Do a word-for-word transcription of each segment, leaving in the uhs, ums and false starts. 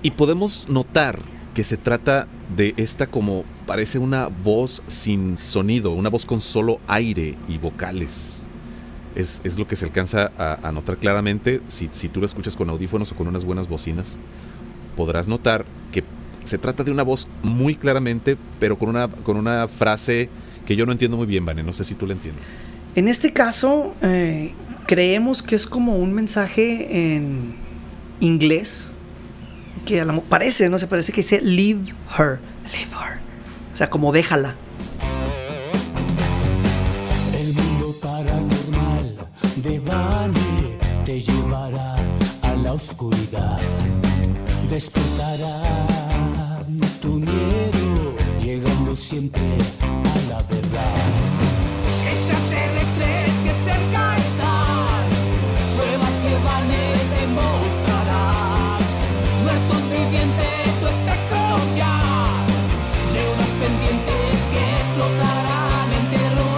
y podemos notar que se trata de esta como parece una voz sin sonido, una voz con solo aire y vocales. Es, es lo que se alcanza a, a notar claramente. Si, si tú lo escuchas con audífonos o con unas buenas bocinas, podrás notar que se trata de una voz muy claramente, pero con una, con una frase que yo no entiendo muy bien, Vane. No sé si tú la entiendes. En este caso, eh, creemos que es como un mensaje en inglés, que a la, parece, no se parece que dice leave her, leave her, o sea, como déjala. El mundo paranormal de Vane te llevará a la oscuridad, despertará tu miedo, llegando siempre a la verdad. Extraterrestres que cerca están, pruebas que Vane te mostrará, muertos vivientes o espectros ya, de unos pendientes que explotarán en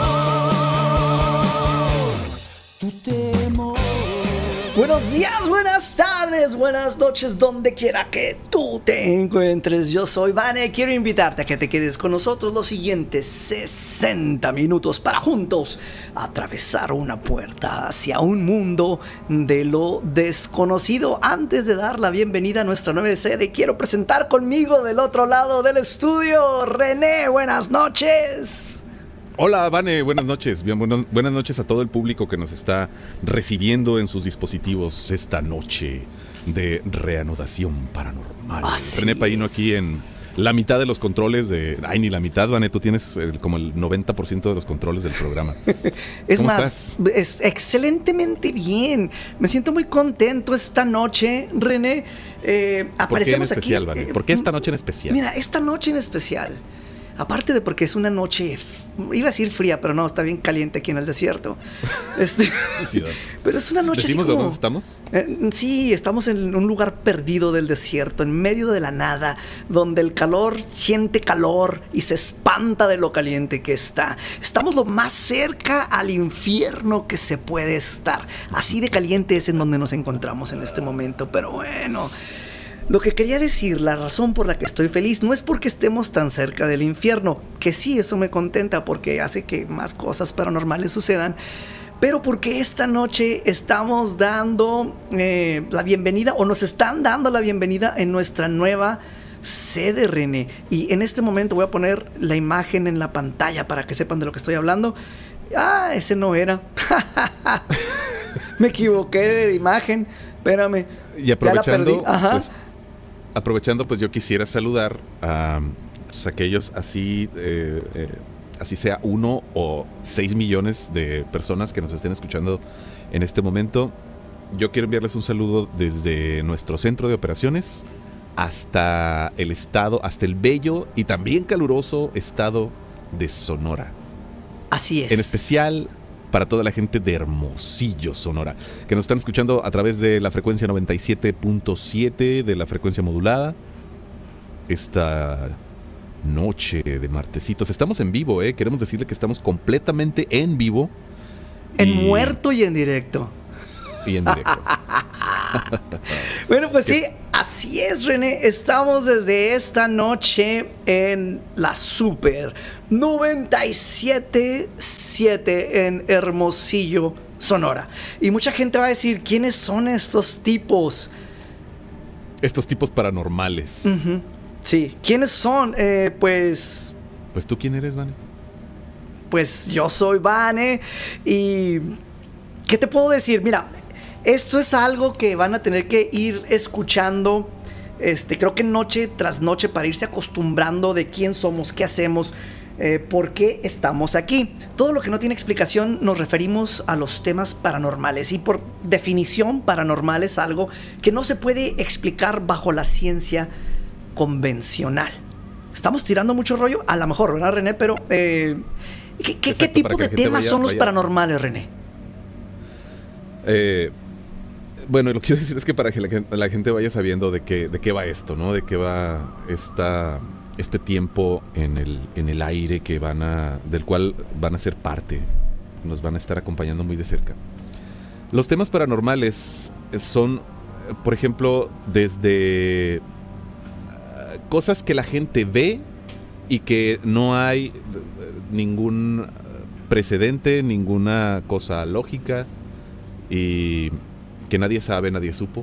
terror. Tu temor. Buenos días, buenas tardes, buenas noches, donde quiera que tú te encuentres. Yo soy Vane, quiero invitarte a que te quedes con nosotros los siguientes sesenta minutos para juntos atravesar una puerta hacia un mundo de lo desconocido. Antes de dar la bienvenida a nuestra nueva sede, quiero presentar conmigo del otro lado del estudio, René, buenas noches. Hola, Vane, buenas noches. Bien, bueno, buenas noches a todo el público que nos está recibiendo en sus dispositivos esta noche de reanudación paranormal. Así René Paino es. aquí en la mitad de los controles de... Ay, ni la mitad, Vane, tú tienes el, como el noventa por ciento de los controles del programa. Es ¿Cómo más, estás? es excelentemente bien. Me siento muy contento esta noche, René. Eh, ¿Por qué en aparecemos especial, aquí. Vane? eh, ¿Por qué esta noche en especial? Mira, esta noche en especial, aparte de porque es una noche, iba a decir fría, pero no, está bien caliente aquí en el desierto. Este, Sí, ¿verdad? pero es una noche así ¿Decimos como... de dónde estamos? Eh, sí, estamos en un lugar perdido del desierto, en medio de la nada, donde el calor siente calor y se espanta de lo caliente que está. Estamos lo más cerca al infierno que se puede estar. Así de caliente es en donde nos encontramos en este momento, pero bueno... Lo que quería decir, la razón por la que estoy feliz no es porque estemos tan cerca del infierno, que sí, eso me contenta porque hace que más cosas paranormales sucedan, pero porque esta noche estamos dando eh, la bienvenida, o nos están dando la bienvenida en nuestra nueva sede, René. Y en este momento voy a poner la imagen en la pantalla para que sepan de lo que estoy hablando. Ah, ese no era. Me equivoqué de imagen. Espérame. Y aprovechando, Ya la perdí. Ajá. pues, aprovechando, pues yo quisiera saludar a pues, aquellos así, eh, eh, así sea uno o seis millones de personas que nos estén escuchando en este momento. Yo quiero enviarles un saludo desde nuestro centro de operaciones hasta el estado, hasta el bello y también caluroso estado de Sonora. Así es. En especial para toda la gente de Hermosillo, Sonora, que nos están escuchando a través de la frecuencia noventa y siete punto siete de la frecuencia modulada. Esta noche de martesitos. Estamos en vivo, ¿eh? Queremos decirle que estamos completamente en vivo. En y, muerto y en directo. Y en directo. Bueno, pues sí, así es, René. Estamos desde esta noche en la Super noventa y siete punto siete en Hermosillo, Sonora. Y mucha gente va a decir, ¿quiénes son estos tipos? Estos tipos paranormales. Uh-huh. Sí, ¿quiénes son? Eh, pues... Pues tú, ¿quién eres, Vane? Pues yo soy Vane. Y... ¿qué te puedo decir? Mira... esto es algo que van a tener que ir escuchando, este, creo que noche tras noche, para irse acostumbrando de quién somos, qué hacemos, eh, por qué estamos aquí. Todo lo que no tiene explicación nos referimos a los temas paranormales, y por definición paranormal es algo que no se puede explicar bajo la ciencia convencional. Estamos tirando mucho rollo, a lo mejor, ¿verdad, René? Pero, eh, ¿qué, qué, Exacto, ¿qué tipo de temas vaya, son los vaya. paranormales, René? Eh... Bueno, lo que quiero decir es que para que la, la gente vaya sabiendo de qué, de qué va esto, ¿no? De qué va esta, este tiempo en el, en el aire que van a, del cual van a ser parte, nos van a estar acompañando muy de cerca. Los temas paranormales son, por ejemplo, desde cosas que la gente ve y que no hay ningún precedente, ninguna cosa lógica y que nadie sabe, nadie supo.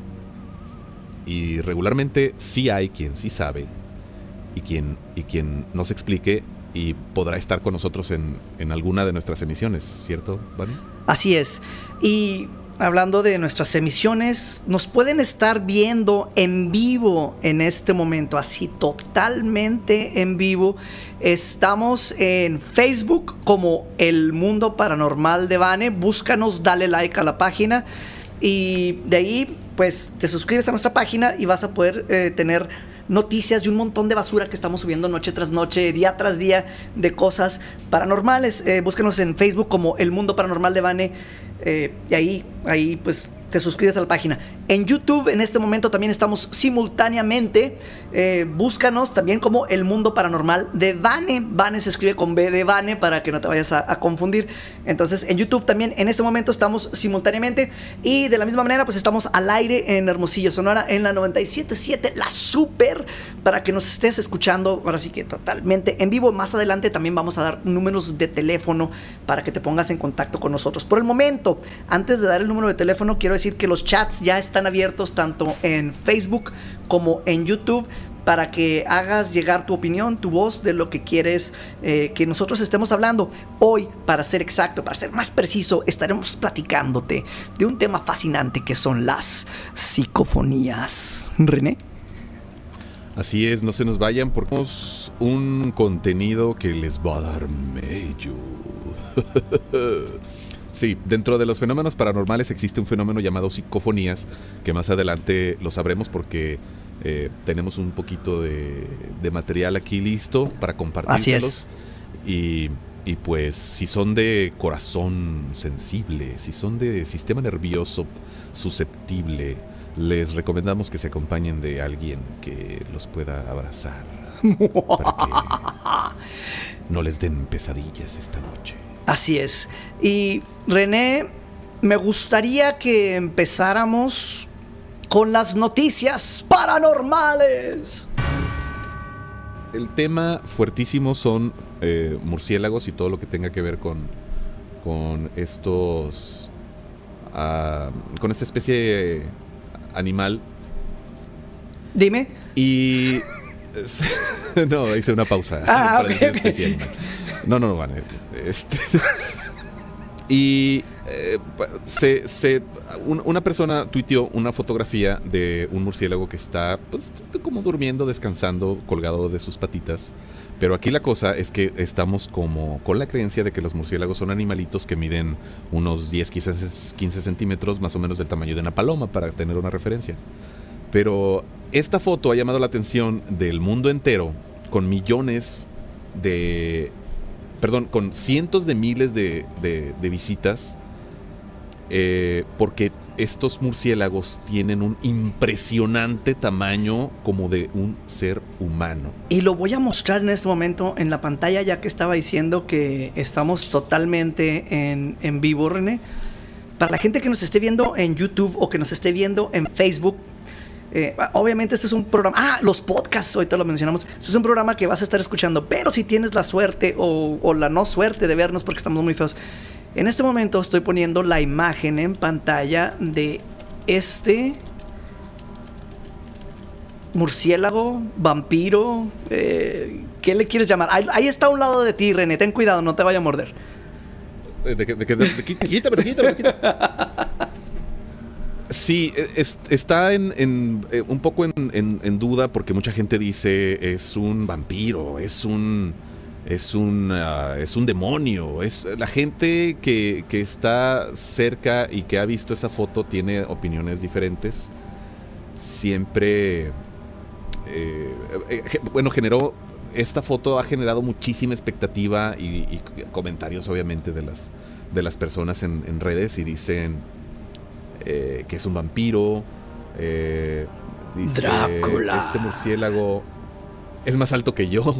Y regularmente sí hay quien sí sabe y quien, y quien nos explique y podrá estar con nosotros en, en alguna de nuestras emisiones, ¿cierto, Vani? Así es. Y hablando de nuestras emisiones, nos pueden estar viendo en vivo en este momento, así totalmente en vivo. Estamos en Facebook como El Mundo Paranormal de Vane. Búscanos, dale like a la página y de ahí pues te suscribes a nuestra página y vas a poder eh, tener noticias y un montón de basura que estamos subiendo noche tras noche, día tras día, de cosas paranormales. Eh, búsquenos en Facebook como El Mundo Paranormal de Vane eh, y ahí, ahí pues te suscribes a la página. En YouTube en este momento también estamos simultáneamente. Eh, búscanos también como El Mundo Paranormal de Vane. Vane se escribe con B de Vane para que no te vayas a, a confundir. Entonces en YouTube también en este momento estamos simultáneamente. Y de la misma manera pues estamos al aire en Hermosillo, Sonora, en la noventa y siete punto siete, la Super, para que nos estés escuchando ahora sí que totalmente en vivo. Más adelante también vamos a dar números de teléfono para que te pongas en contacto con nosotros. Por el momento, antes de dar el número de teléfono, quiero decir que los chats ya están abiertos tanto en Facebook como en YouTube para que hagas llegar tu opinión, tu voz de lo que quieres eh, que nosotros estemos hablando. Hoy, para ser exacto, para ser más preciso, estaremos platicándote de un tema fascinante que son las psicofonías. ¿René? Así es, no se nos vayan porque tenemos un contenido que les va a dar mello. Sí, dentro de los fenómenos paranormales existe un fenómeno llamado psicofonías, que más adelante lo sabremos porque eh, tenemos un poquito de, de material aquí listo para compartírselos. Así es. Y, y pues si son de corazón sensible, si son de sistema nervioso susceptible, les recomendamos que se acompañen de alguien que los pueda abrazar para que no les den pesadillas esta noche. Así es. Y René, me gustaría que empezáramos con las noticias paranormales. El tema fuertísimo son eh, murciélagos y todo lo que tenga que ver con, con estos, uh, con esta especie animal. Dime. Y no, hice una pausa ah, para okay, decir okay. especie animal. No, no, no, van. Este, y eh, se, se, un, una persona tuiteó una fotografía de un murciélago que está pues, como durmiendo, descansando, colgado de sus patitas. Pero aquí la cosa es que estamos como con la creencia de que los murciélagos son animalitos que miden unos diez, quince centímetros, más o menos del tamaño de una paloma, para tener una referencia. Pero esta foto ha llamado la atención del mundo entero, con millones de... Perdón, con cientos de miles de, de, de visitas, eh, porque estos murciélagos tienen un impresionante tamaño como de un ser humano. Y lo voy a mostrar en este momento en la pantalla, ya que estaba diciendo que estamos totalmente en, en vivo, René. Para la gente que nos esté viendo en YouTube o que nos esté viendo en Facebook, Eh, obviamente este es un programa, ah, los podcasts, ahorita lo mencionamos, este es un programa que vas a estar escuchando, pero si tienes la suerte o, o la no suerte de vernos porque estamos muy feos, en este momento estoy poniendo la imagen en pantalla de este murciélago, vampiro, eh, ¿qué le quieres llamar? Ahí, ahí está a un lado de ti, René, ten cuidado, no te vaya a morder. De, de, de, de, de, de, quítamelo, quítamelo, quítamelo. Sí, es, está en, en, eh, un poco en, en, en duda porque mucha gente dice es un vampiro, es un es un uh, es un demonio. Es la gente que, que está cerca y que ha visto esa foto tiene opiniones diferentes. Siempre eh, eh, bueno, generó esta foto ha generado muchísima expectativa y, y comentarios obviamente de las de las personas en, en redes y dicen Eh, que es un vampiro, eh, dice, Drácula. Este murciélago es más alto que yo.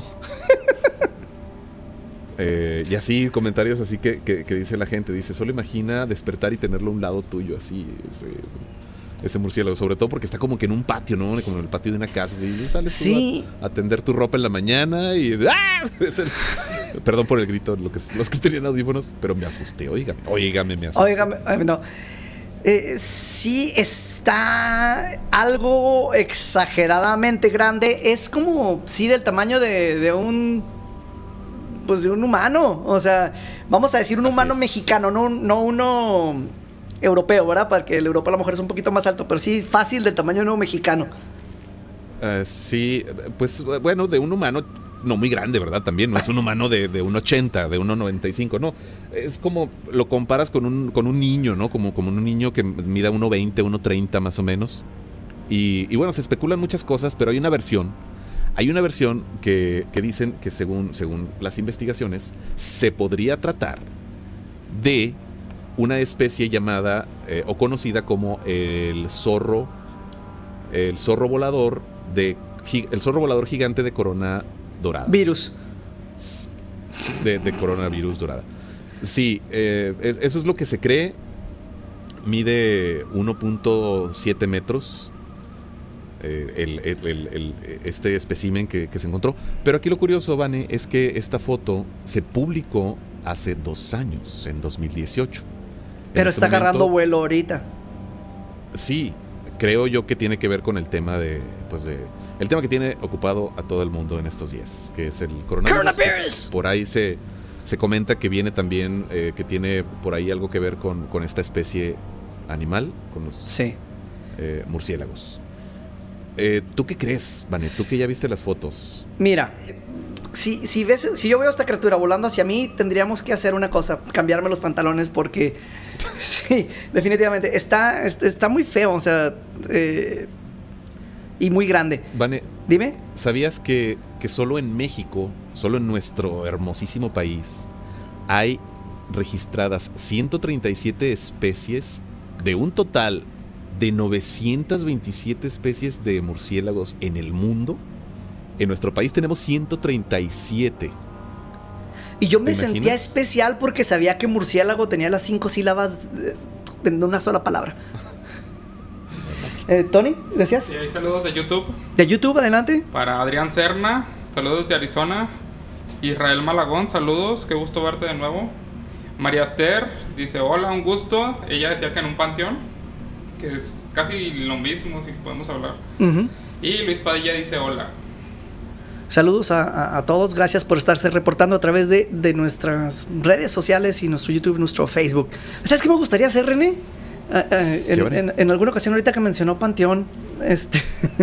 eh, y así, comentarios así que, que, que dice la gente, dice, solo imagina despertar y tenerlo a un lado tuyo, así. Es, eh, ese murciélago, sobre todo porque está como que en un patio, ¿no? Como en el patio de una casa. Así, sales tú Sí. a, a tender tu ropa en la mañana y... ¡ah! Es el- perdón por el grito, lo que, los que tenían audífonos, pero me asusté, óigame, óigame, me asusté. Óigame, óigame, no. Eh, sí está algo exageradamente grande. Es como, sí, del tamaño de, de un... Pues de un humano. O sea, vamos a decir un Así humano es. mexicano, no, no uno europeo, ¿verdad? Porque el europeo a lo mejor es un poquito más alto, pero sí fácil del tamaño de uno mexicano. Eh, sí, pues bueno, de un humano no muy grande, ¿verdad? También no es un humano de, de un ochenta, de un noventa y cinco, no. Es como lo comparas con un, con un niño, ¿no? Como, como un niño que mida uno veinte, uno treinta más o menos. Y, y bueno, se especulan muchas cosas, pero hay una versión. Hay una versión que, que dicen que según, según las investigaciones se podría tratar de una especie llamada eh, o conocida como el zorro, el zorro volador de gi- el zorro volador gigante de corona dorada. Virus. De, de coronavirus dorada. Sí, eh, es- eso es lo que se cree. Mide uno punto siete metros. eh, el- el- el- el- este espécimen que, que se encontró. Pero aquí lo curioso, Vane, es que esta foto se publicó hace dos años, en dos mil dieciocho. En Pero este está agarrando momento, vuelo ahorita. sí, creo yo que tiene que ver con el tema de, pues de, el tema que tiene ocupado a todo el mundo en estos días, que es el coronavirus. Coronavirus. Por ahí se, se comenta que viene también, eh, que tiene por ahí algo que ver con, con esta especie animal, con los Sí. eh, murciélagos. Eh, ¿Tú qué crees, Vane? Tú que ya viste las fotos. Mira, si, si, ves, si yo veo esta criatura volando hacia mí, tendríamos que hacer una cosa, cambiarme los pantalones porque, sí, definitivamente, está, es- está muy feo, o sea, eh, y muy grande. Vane, Dime. ¿sabías que, que solo en México, solo en nuestro hermosísimo país, hay registradas ciento treinta y siete especies de un total de novecientas veintisiete especies de murciélagos en el mundo? En nuestro país tenemos ciento treinta y siete. Y yo me ¿Te sentía imaginas? especial porque sabía que murciélago tenía las cinco sílabas eh, en una sola palabra. Eh, Tony, ¿decías? Sí, hay saludos de YouTube De YouTube, adelante. para Adrián Serna, saludos de Arizona. Israel Malagón, saludos, qué gusto verte de nuevo. María Esther dice, hola, un gusto. Ella decía que en un panteón, que es casi lo mismo, si podemos hablar. Ujú. Y Luis Padilla dice, hola. Saludos a, a- a todos, gracias por estarse reportando a través de, de nuestras redes sociales y nuestro YouTube, nuestro Facebook. ¿Sabes qué me gustaría hacer, René? Ah, ah, en, Vane? en- en alguna ocasión, ahorita que mencionó Panteón, este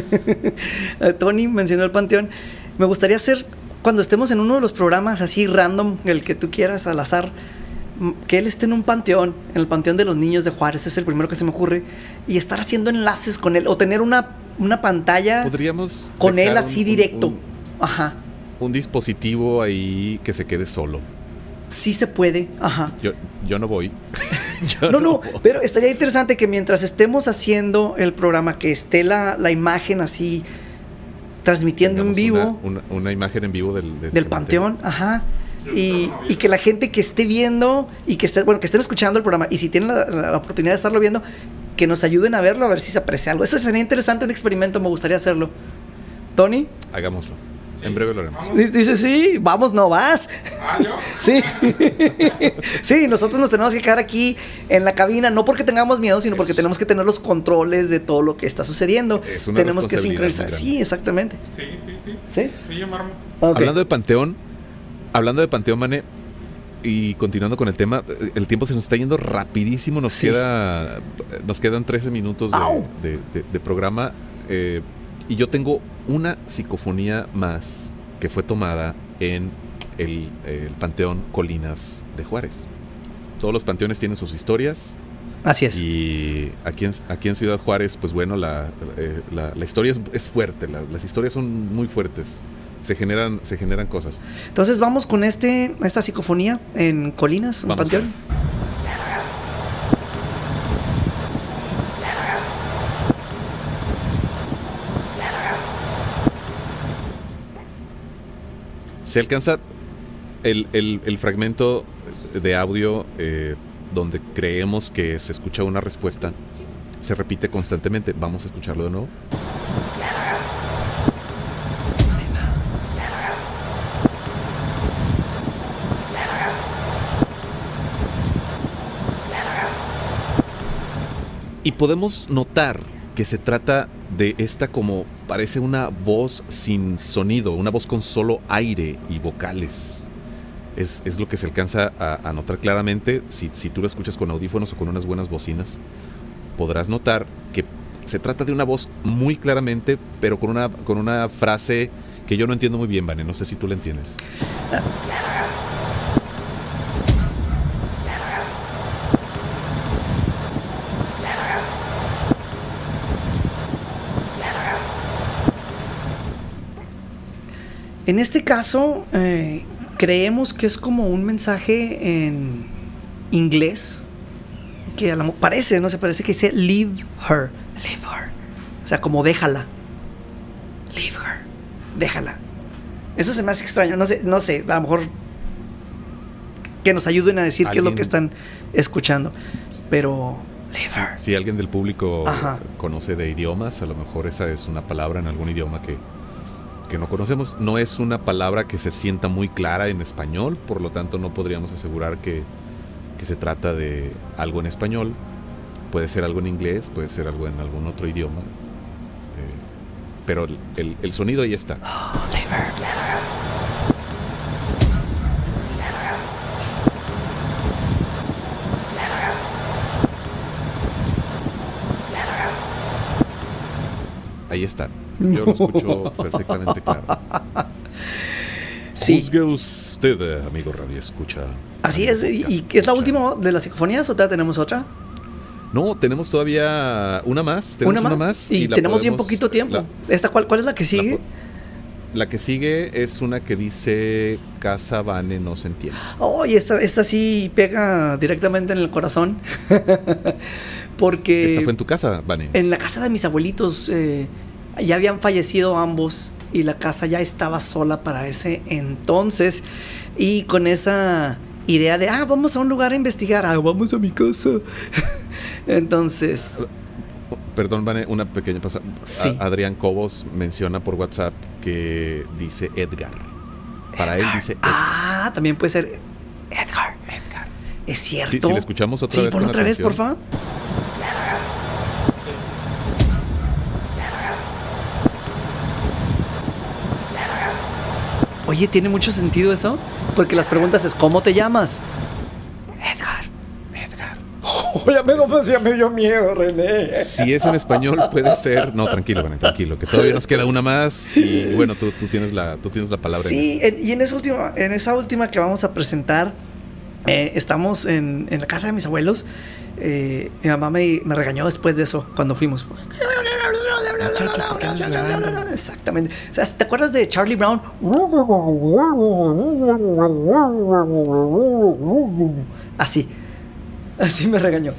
eh, Tony mencionó el Panteón, me gustaría hacer, cuando estemos en uno de los programas así random, el que tú quieras, al azar, m- que él esté en un panteón, en el Panteón de los Niños de Juárez, es el primero que se me ocurre, y estar haciendo enlaces con él, o tener una, una pantalla Podríamos con él dejar así un- directo. Un, Ajá. un dispositivo ahí que se quede solo. Sí se puede, ajá. Yo, yo no voy. Yo No, no, voy. pero estaría interesante que mientras estemos haciendo el programa, que esté la, la imagen así, transmitiendo en Tengamos vivo Una, una- una imagen en vivo del, del del cementerio. panteón, ajá. Y, y que la gente que esté viendo y que esté, bueno, que estén escuchando el programa, y si tienen la, la oportunidad de estarlo viendo, que nos ayuden a verlo, a ver si se aprecia algo. Eso sería interesante, un experimento, me gustaría hacerlo. Tony, Hagámoslo. Sí. En breve lo haremos. Vamos. di- dice sí, vamos, no vas. Ah, yo. Sí. Sí, nosotros nos tenemos que quedar aquí en la cabina, no porque tengamos miedo, sino porque Es- tenemos que tener los controles de todo lo que está sucediendo. Es una Tenemos que responsabilidad sincronizar. muy grande. Sí, exactamente. Sí, sí, sí. ¿Sí? Sí, yo me armo. Ok. Hablando de Panteón, hablando de Panteón, Mane, y continuando con el tema, el tiempo se nos está yendo rapidísimo. Nos Sí. queda, nos quedan trece minutos Au. de, de- de- de programa. eh, y yo tengo una psicofonía más que fue tomada en el, el Panteón Colinas de Juárez. Todos los panteones tienen sus historias. Así es. Y aquí en, aquí en Ciudad Juárez, pues bueno, la, eh, la, la historia es, es fuerte, la- las historias son muy fuertes, se generan, se generan cosas. Entonces vamos con este, esta psicofonía en Colinas, un Vamos panteón. con esto. Se alcanza el, el- el fragmento de audio eh, donde creemos que se escucha una respuesta. se repite constantemente. Vamos a escucharlo de nuevo. Y podemos notar que se trata de esta como parece una voz sin sonido, una voz con solo aire y vocales. Es, es lo que se alcanza a, a notar claramente. Si, si tú lo escuchas con audífonos o con unas buenas bocinas, podrás notar que se trata de una voz muy claramente, pero con una, con una frase que yo no entiendo muy bien, Vane. No sé si tú la entiendes. En este caso, eh, creemos que es como un mensaje en inglés, que a la, parece, no se parece que dice leave her, leave her, o sea, como déjala, leave her, déjala. Eso se me hace extraño, no sé, no sé, a lo mejor que nos ayuden a decir qué es lo que están escuchando, pero leave si, her. Si alguien del público Ajá. conoce de idiomas, a lo mejor esa es una palabra en algún idioma que que no conocemos. No es una palabra que se sienta muy clara en español, por lo tanto no podríamos asegurar que, que se trata de algo en español. Puede ser algo en inglés, puede ser algo en algún otro idioma, eh, pero el, el, el sonido ahí está. Ahí está. Yo lo escucho perfectamente claro. Sí. Juzgue usted, amigo Radio Escucha. Así es, y, y ¿es la última de las psicofonías o todavía tenemos otra? No, tenemos todavía una más. Tenemos ¿Una más? Una más y, y la tenemos bien podemos- poquito tiempo. la- ¿Esta cuál, cuál es la que sigue? La, po- la que sigue es una que dice Casa Vane no se entiende. Oh, y esta, esta sí pega directamente en el corazón. Porque Esta fue en tu casa, Vane. en la casa de mis abuelitos eh, ya habían fallecido ambos y la casa ya estaba sola para ese entonces. Y con esa idea de, ah, vamos a un lugar a investigar, ah, vamos a mi casa. Entonces, Perdón, Vane, una pequeña pausa. Sí. A- Adrián Cobos menciona por WhatsApp que dice Edgar. Para él dice Edgar. ah, también puede ser Edgar. Edgar. Es cierto. Sí, si le escuchamos otra Sí, vez. ponlo con otra vez, por atención. favor. Oye, ¿tiene mucho sentido eso? Porque las preguntas es, ¿cómo te llamas? Edgar. Edgar. Oye, me, ya me dio miedo, René. Si es en español, puede ser. No, tranquilo, Vane, tranquilo. Que todavía nos queda una más. Y bueno, tú, tú, tienes, la, tú tienes la palabra. Sí, en en- y en esa última, en esa última que vamos a presentar, eh, estamos en, en la casa de mis abuelos. Eh, mi mamá me, me regañó después de eso, cuando fuimos. Muchacho, ¿por qué andas grabando? Exactamente. O sea, ¿te acuerdas de Charlie Brown? Así. Así me regañó.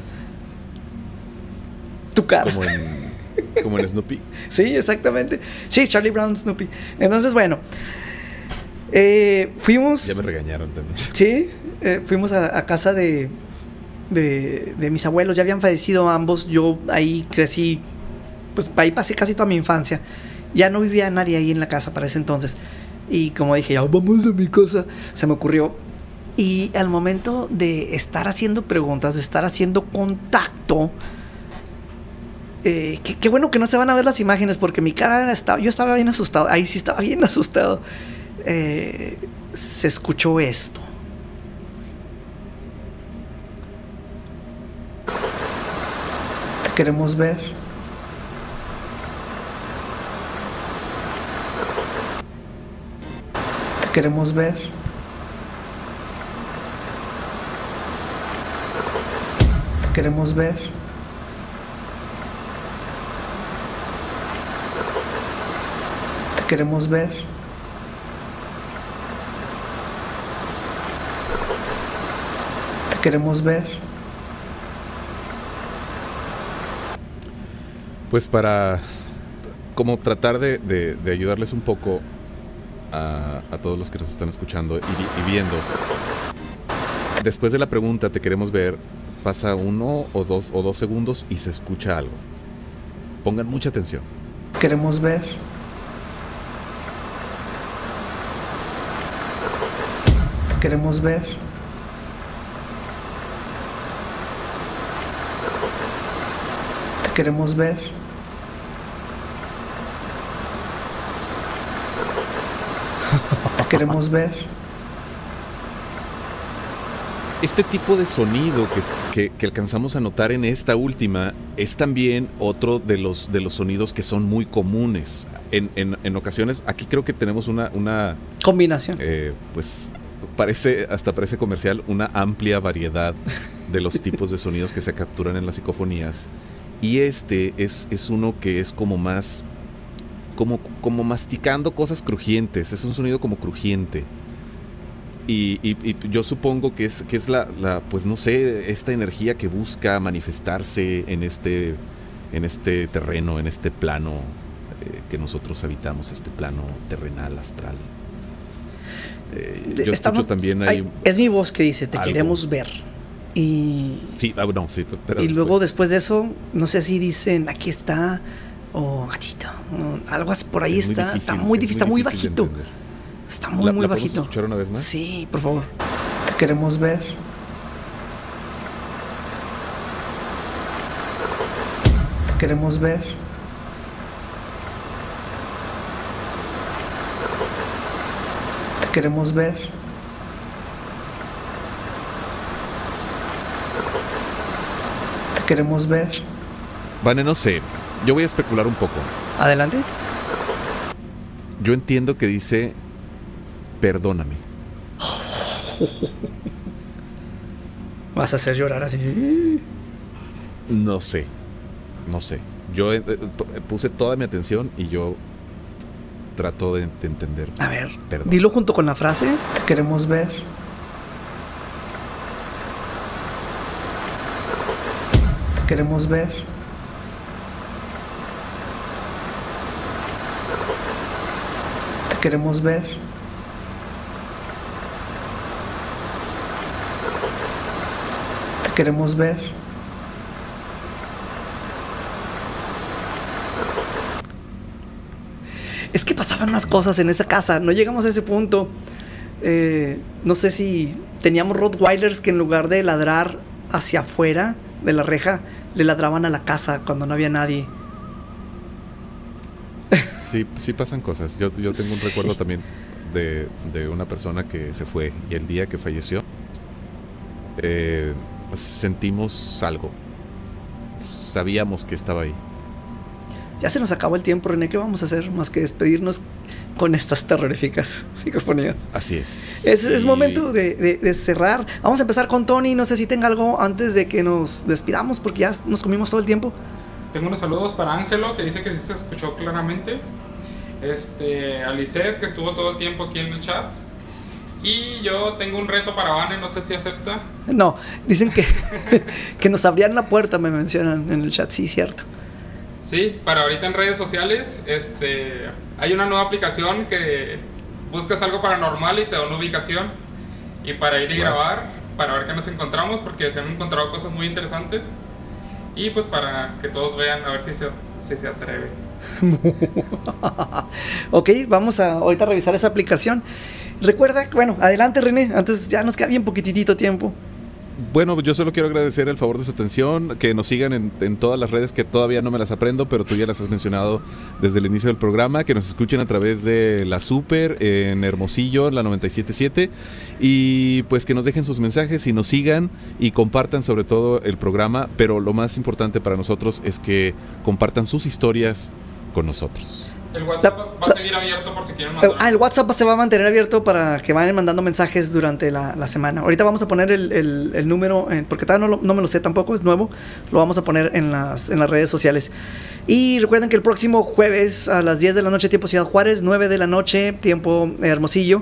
Tu cara. Como en, como en Snoopy. Sí, exactamente. Sí, Charlie Brown, Snoopy. Entonces, bueno. Eh, fuimos. Ya me regañaron también. Sí, eh, fuimos a, a casa de, de, de mis abuelos. Ya habían fallecido ambos. Yo ahí crecí. Pues ahí pasé casi toda mi infancia. Ya no vivía nadie ahí en la casa para ese entonces. Y como dije, ya vamos a mi casa, se me ocurrió. Y al momento de estar haciendo preguntas, de estar haciendo contacto, eh, qué, qué bueno que no se van a ver las imágenes porque mi cara era, estaba, yo estaba bien asustado. Ahí sí estaba bien asustado. Eh, se escuchó esto. Te queremos ver. Te queremos ver. Te queremos ver. Te queremos ver. Te queremos ver. Pues para como tratar de, de, de ayudarles un poco a, a todos los que nos están escuchando y, vi- y viendo. Después de la pregunta, te queremos ver, pasa uno o dos o dos segundos y se escucha algo. Pongan mucha atención. Queremos ver. Queremos ver. Te queremos ver. Te queremos ver. Este tipo de sonido que, que, que alcanzamos a notar en esta última es también otro de los, de los sonidos que son muy comunes. En, en, en ocasiones, aquí creo que tenemos una... una combinación. Eh, pues parece, hasta parece comercial, una amplia variedad de los tipos de sonidos que se capturan en las psicofonías. Y este es, es uno que es como más... Como, como masticando cosas crujientes. Es un sonido como crujiente. Y, y, y yo supongo que es, que es la, la, pues no sé, esta energía que busca manifestarse en este, en este terreno, en este plano eh, que nosotros habitamos, este plano terrenal, astral. Eh, yo Estamos, escucho también ahí... Ay, es mi voz que dice, te algo. queremos ver. Y, sí, ah, no, sí, pero y después. luego después de eso, no sé si dicen, aquí está, o gatito, o algo así, por ahí Es muy está, difícil, está muy difícil, está muy difícil de bajito. entender. Está muy, ¿La, muy la podemos bajito. escuchar una vez más? Sí, por favor. Te queremos ver. Te queremos ver. Te queremos ver. Te queremos ver. Vane, no sé. Yo voy a especular un poco. Adelante. Yo entiendo que dice perdóname. Vas a hacer llorar así. No sé. No sé. Yo eh, puse toda mi atención y yo trato de, de entender. A ver, Perdón. dilo junto con la frase. Te queremos ver. Te queremos ver. Te queremos ver. Te queremos ver. Es que pasaban más cosas en esa casa. No llegamos a ese punto. Eh, no sé si teníamos Rottweilers que en lugar de ladrar hacia afuera de la reja, le ladraban a la casa cuando no había nadie. Sí, sí pasan cosas. Yo, yo tengo un Sí. recuerdo también de, de una persona que se fue y el día que falleció eh, sentimos algo. Sabíamos que estaba ahí. Ya se nos acabó el tiempo, René. ¿Qué vamos a hacer más que despedirnos con estas terroríficas psicofonías? Así es. Es, es Y- momento de, de- de cerrar. Vamos a empezar con Tony. No sé si tenga algo antes de que nos despidamos, porque ya nos comimos todo el tiempo. Tengo unos saludos para Ángelo, que dice que sí se escuchó claramente. Este, a Lisette, que estuvo todo el tiempo aquí en el chat. Y yo tengo un reto para Vane, no sé si acepta. No, dicen que, que nos abrían la puerta, me mencionan en el chat. Sí, cierto. Sí, para ahorita en redes sociales, este, hay una nueva aplicación que buscas algo paranormal y te da una ubicación. Y para ir y Wow. grabar, para ver qué nos encontramos, porque se han encontrado cosas muy interesantes. Y pues para que todos vean, a ver si se, si se atreve. Ok, vamos a ahorita a revisar esa aplicación. Recuerda, bueno, adelante, René. Antes ya nos queda bien poquitito tiempo. Bueno, yo solo quiero agradecer el favor de su atención, que nos sigan en, en todas las redes que todavía no me las aprendo, pero tú ya las has mencionado desde el inicio del programa, que nos escuchen a través de la Super en Hermosillo, en la noventa y siete punto siete, y pues que nos dejen sus mensajes y nos sigan y compartan sobre todo el programa, pero lo más importante para nosotros es que compartan sus historias con nosotros. El WhatsApp La- va a seguir abierto por si quieren Eh, mandar. Ah, el WhatsApp se va a mantener abierto para que vayan mandando mensajes durante la, la semana. Ahorita vamos a poner el, el- el número, en- porque todavía no, lo- no me lo sé tampoco, es nuevo. Lo vamos a poner en las, en las redes sociales. Y recuerden que el próximo jueves a las diez de la noche, tiempo Ciudad Juárez, nueve de la noche, tiempo Hermosillo,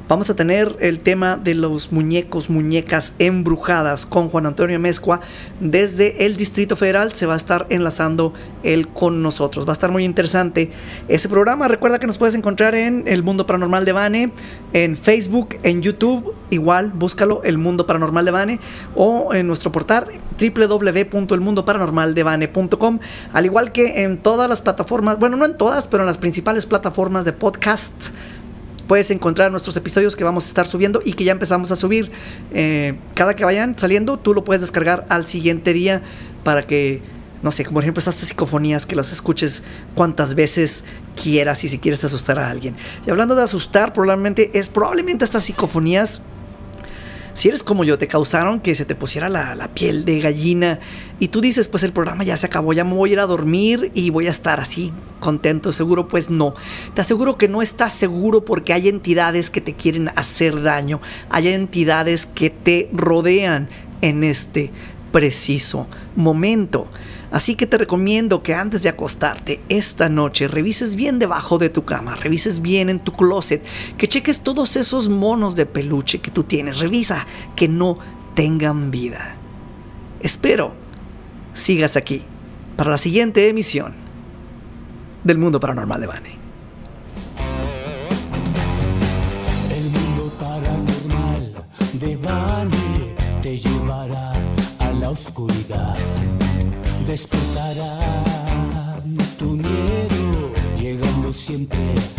Vamos a tener el tema de los muñecos, muñecas embrujadas con Juan Antonio Mezcua. Desde el Distrito Federal se va a estar enlazando él con nosotros. Va a estar muy interesante ese programa. Recuerda que nos puedes encontrar en El Mundo Paranormal de Vane, en Facebook, en YouTube. Igual, búscalo, El Mundo Paranormal de Vane, o en nuestro portal doble u doble u doble u punto el mundo paranormal de vane punto com. Al igual que en todas las plataformas, bueno, no en todas, pero en las principales plataformas de podcast, puedes encontrar nuestros episodios que vamos a estar subiendo y que ya empezamos a subir. Eh, cada que vayan saliendo, tú lo puedes descargar al siguiente día para que, no sé, como por ejemplo estas psicofonías, que las escuches cuantas veces quieras y si quieres asustar a alguien. Y hablando de asustar, probablemente es probablemente estas psicofonías, si eres como yo, te causaron que se te pusiera la, la piel de gallina y tú dices, pues el programa ya se acabó, ya me voy a ir a dormir y voy a estar así contento, seguro. Pues no, te aseguro que no estás seguro, porque hay entidades que te quieren hacer daño, hay entidades que te rodean en este preciso momento. Así que te recomiendo que antes de acostarte esta noche revises bien debajo de tu cama, revises bien en tu closet, que cheques todos esos monos de peluche que tú tienes. Revisa que no tengan vida. Espero sigas aquí para la siguiente emisión del Mundo Paranormal de Vane. El mundo paranormal de Vane te llevará a la oscuridad. Despertará tu miedo, llegando siempre